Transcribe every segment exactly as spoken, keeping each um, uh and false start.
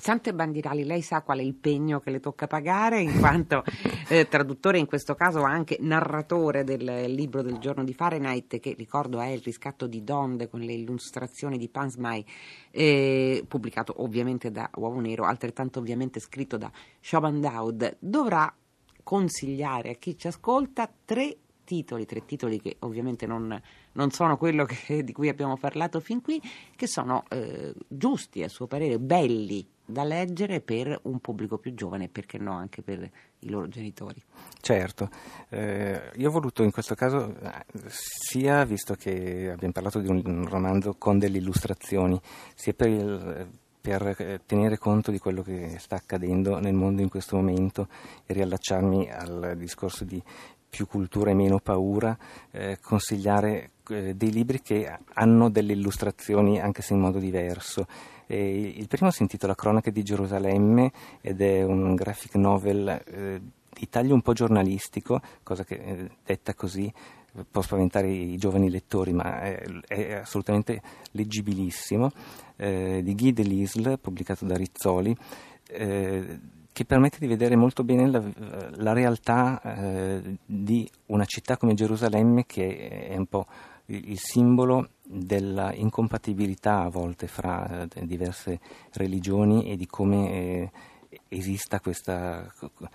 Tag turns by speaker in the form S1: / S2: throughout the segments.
S1: Sante Bandirali, lei sa qual è il pegno che le tocca pagare in quanto eh, traduttore, in questo caso anche narratore del libro del giorno di Fahrenheit, che ricordo è Il riscatto di Donde con le illustrazioni di Pansmai, eh, pubblicato ovviamente da Uovo Nero, altrettanto ovviamente scritto da Shaban Daoud. Dovrà consigliare a chi ci ascolta tre titoli, tre titoli che ovviamente non, non sono quello che, di cui abbiamo parlato fin qui, che sono eh, giusti a suo parere, belli da leggere per un pubblico più giovane e perché no anche per i loro genitori.
S2: Certo, eh, io ho voluto in questo caso, sia visto che abbiamo parlato di un romanzo con delle illustrazioni, sia per il per tenere conto di quello che sta accadendo nel mondo in questo momento e riallacciarmi al discorso di più cultura e meno paura, eh, consigliare eh, dei libri che hanno delle illustrazioni anche se in modo diverso. E il primo si intitola Cronache di Gerusalemme ed è un graphic novel eh, di taglio un po' giornalistico, cosa che eh, detta così può spaventare i giovani lettori, ma è, è assolutamente leggibilissimo, eh, di Guy Delisle, pubblicato da Rizzoli, eh, che permette di vedere molto bene la, la realtà eh, di una città come Gerusalemme, che è un po' il, il simbolo della incompatibilità a volte fra eh, diverse religioni e di come eh, esista questa...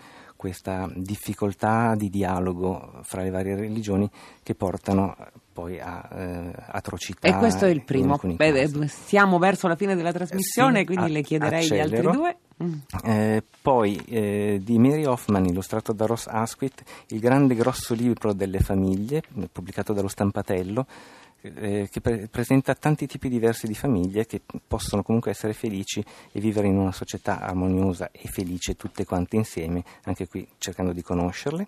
S2: questa difficoltà di dialogo fra le varie religioni che portano poi a eh, atrocità.
S1: E questo è il primo. Beh, siamo verso la fine della trasmissione,
S2: sì,
S1: quindi
S2: a-
S1: le chiederei
S2: accelero.
S1: gli altri due. Mm. Eh,
S2: poi eh, di Mary Hoffman, illustrato da Ross Asquith, Il grande grosso libro delle famiglie, pubblicato dallo Stampatello, Eh, che pre- presenta tanti tipi diversi di famiglie che possono comunque essere felici e vivere in una società armoniosa e felice tutte quante insieme, anche qui cercando di conoscerle.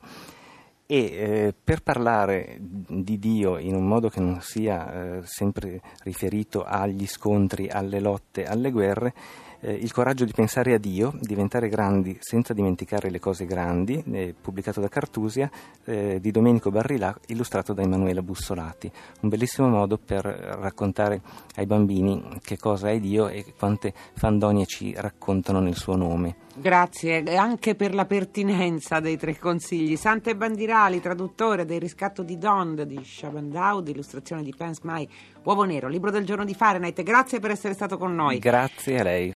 S2: E eh, per parlare di Dio in un modo che non sia eh, sempre riferito agli scontri, alle lotte, alle guerre, eh, Il coraggio di pensare a Dio, diventare grandi senza dimenticare le cose grandi, eh, pubblicato da Cartusia, eh, di Domenico Barrilà, illustrato da Emanuela Bussolati. Un bellissimo modo per raccontare ai bambini che cosa è Dio e quante fandonie ci raccontano nel suo nome.
S1: Grazie anche per la pertinenza dei tre consigli. Sante Bandirali, traduttore del Riscatto di Donde di Shaban Daoud, illustrazione di Pansmai, Uovo Nero, libro del giorno di Fahrenheit. Grazie per essere stato con noi.
S2: Grazie a lei.